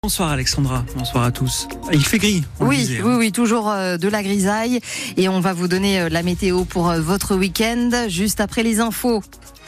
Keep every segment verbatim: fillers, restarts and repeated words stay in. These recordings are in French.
Bonsoir Alexandra, bonsoir à tous. Il fait gris, on oui, le disait. Oui, oui, toujours euh, de la grisaille. Et on va vous donner euh, la météo pour euh, votre week-end, juste après les infos.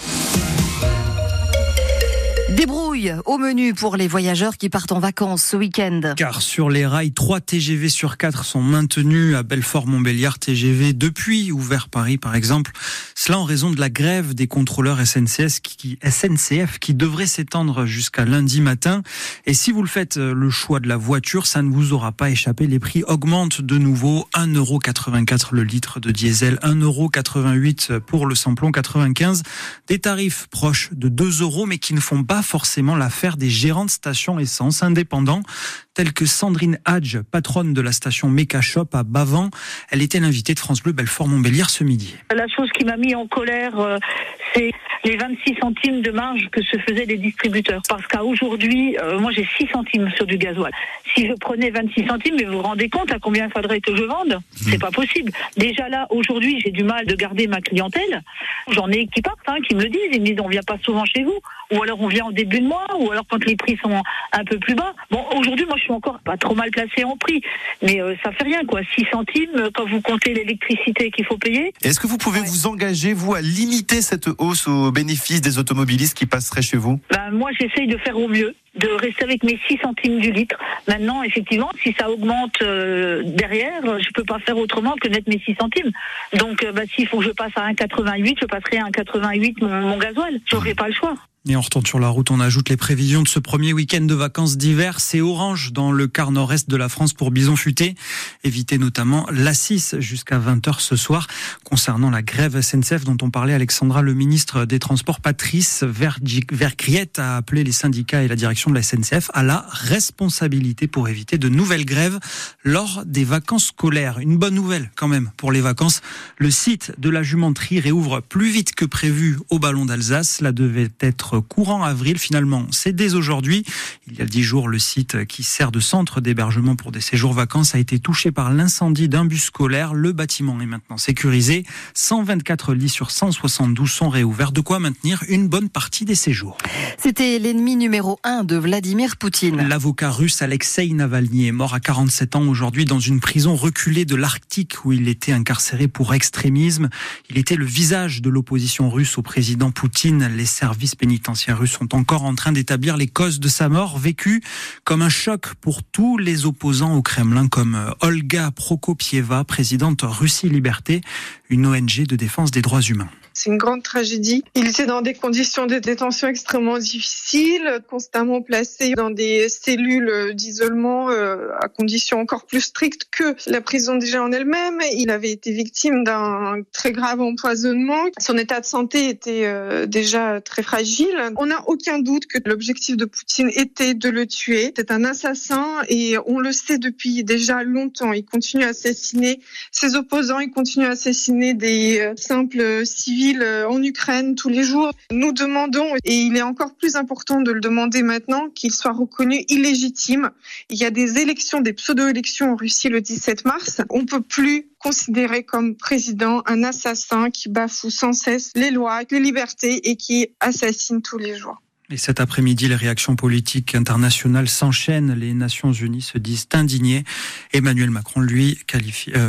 Des brouilles au menu pour les voyageurs qui partent en vacances ce week-end. Car sur les rails, trois T G V sur quatre sont maintenus à Belfort-Montbéliard T G V depuis ouvert Paris par exemple. Cela en raison de la grève des contrôleurs S N C F qui, S N C F qui devrait s'étendre jusqu'à lundi matin. Et si vous le faites le choix de la voiture, ça ne vous aura pas échappé. Les prix augmentent de nouveau. un euro quatre-vingt-quatre le litre de diesel, un euro quatre-vingt-huit pour le samplon quatre-vingt-quinze. Des tarifs proches de deux euros mais qui ne font pas forcément l'affaire des gérants de stations essence indépendants, tels que Sandrine Hadj, patronne de la station Meka Shop à Bavant. Elle était l'invitée de France Bleu Belfort-Montbéliard ce midi. La chose qui m'a mis en colère, euh, c'est les vingt-six centimes de marge que se faisaient les distributeurs. Parce qu'à aujourd'hui, euh, moi j'ai six centimes sur du gasoil. Si je prenais vingt-six centimes, mais vous vous rendez compte à combien il faudrait que je vende ? mmh. C'est pas possible. Déjà là, aujourd'hui, j'ai du mal de garder ma clientèle. J'en ai qui partent, hein, qui me le disent. Ils me disent on vient pas souvent chez vous. Ou alors on vient en début de mois, ou alors quand les prix sont un peu plus bas. Bon, aujourd'hui, moi je suis encore pas trop mal placée en prix. Mais euh, ça fait rien, quoi. six centimes, quand vous comptez l'électricité qu'il faut payer. Est-ce que vous pouvez ouais. vous engager, vous, à limiter cette hausse au bénéfice des automobilistes qui passeraient chez vous ? Ben, moi, j'essaye de faire au mieux, de rester avec mes six centimes du litre. Maintenant, effectivement, si ça augmente euh, derrière, je peux pas faire autrement que mettre mes six centimes. Donc, euh, ben, s'il faut que je passe à un virgule quatre-vingt-huit, je passerai à un virgule quatre-vingt-huit mon, mon gasoil. J'aurai pas le choix. Et on retourne sur la route, on ajoute les prévisions de ce premier week-end de vacances d'hiver. C'est orange dans le quart nord-est de la France pour Bison Futé. Évitez notamment l'A six jusqu'à vingt heures ce soir. Concernant la grève S N C F dont on parlait, Alexandra, le ministre des Transports, Patrice Vergriete, a appelé les syndicats et la direction de la S N C F à la responsabilité pour éviter de nouvelles grèves lors des vacances scolaires. Une bonne nouvelle quand même pour les vacances. Le site de la Jumenterie réouvre plus vite que prévu au Ballon d'Alsace. Cela devait être courant avril, finalement c'est dès aujourd'hui. Il y a dix jours, le site qui sert de centre d'hébergement pour des séjours vacances a été touché par l'incendie d'un bus scolaire. Le bâtiment est maintenant sécurisé. cent vingt-quatre lits sur cent soixante-douze sont réouverts, de quoi maintenir une bonne partie des séjours. C'était l'ennemi numéro un de Vladimir Poutine. L'avocat russe Alexeï Navalny est mort à quarante-sept ans aujourd'hui dans une prison reculée de l'Arctique où il était incarcéré pour extrémisme. Il était le visage de l'opposition russe au président Poutine. Les services pénitentiaires Les pénitentiaires russes sont encore en train d'établir les causes de sa mort, vécue comme un choc pour tous les opposants au Kremlin, comme Olga Prokopieva, présidente Russie Liberté, une O N G de défense des droits humains. C'est une grande tragédie. Il était dans des conditions de détention extrêmement difficiles, constamment placé dans des cellules d'isolement euh, à conditions encore plus strictes que la prison déjà en elle-même. Il avait été victime d'un très grave empoisonnement. Son état de santé était euh, déjà très fragile. On n'a aucun doute que l'objectif de Poutine était de le tuer. C'est un assassin et on le sait depuis déjà longtemps. Il continue à assassiner ses opposants, il continue à assassiner des euh, simples civils en Ukraine tous les jours. Nous demandons, et il est encore plus important de le demander maintenant, qu'il soit reconnu illégitime. Il y a des élections, des pseudo-élections en Russie le dix-sept mars. On ne peut plus considérer comme président un assassin qui bafoue sans cesse les lois, les libertés et qui assassine tous les jours. Et cet après-midi, les réactions politiques internationales s'enchaînent. Les Nations Unies se disent indignées. Emmanuel Macron, lui, qualifie, euh,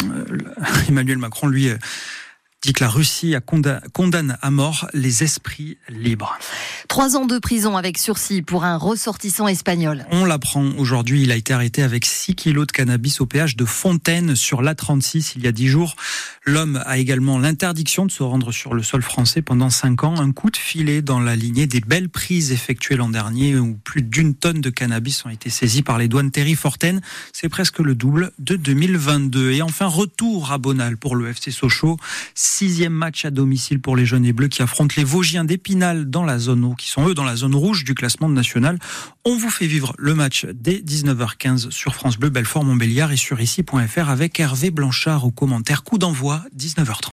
Emmanuel Macron, lui, euh, dit que la Russie a condamne à mort les esprits libres. Trois ans de prison avec sursis pour un ressortissant espagnol. On l'apprend aujourd'hui, il a été arrêté avec six kilos de cannabis au péage de Fontaine sur l'A trente-six il y a dix jours. L'homme a également l'interdiction de se rendre sur le sol français pendant cinq ans. Un coup de filet dans la lignée des belles prises effectuées l'an dernier où plus d'une tonne de cannabis ont été saisies par les douanes Terry Forten. C'est presque le double de deux mille vingt-deux. Et enfin, retour à Bonal pour le F C Sochaux. Sixième match à domicile pour les jaunes et bleus qui affrontent les Vosgiens d'Épinal dans la zone, qui sont eux dans la zone rouge du classement national. On vous fait vivre le match dès dix-neuf heures quinze sur France Bleu Belfort Montbéliard et sur ici point f r avec Hervé Blanchard au commentaire. Coup d'envoi dix-neuf heures trente.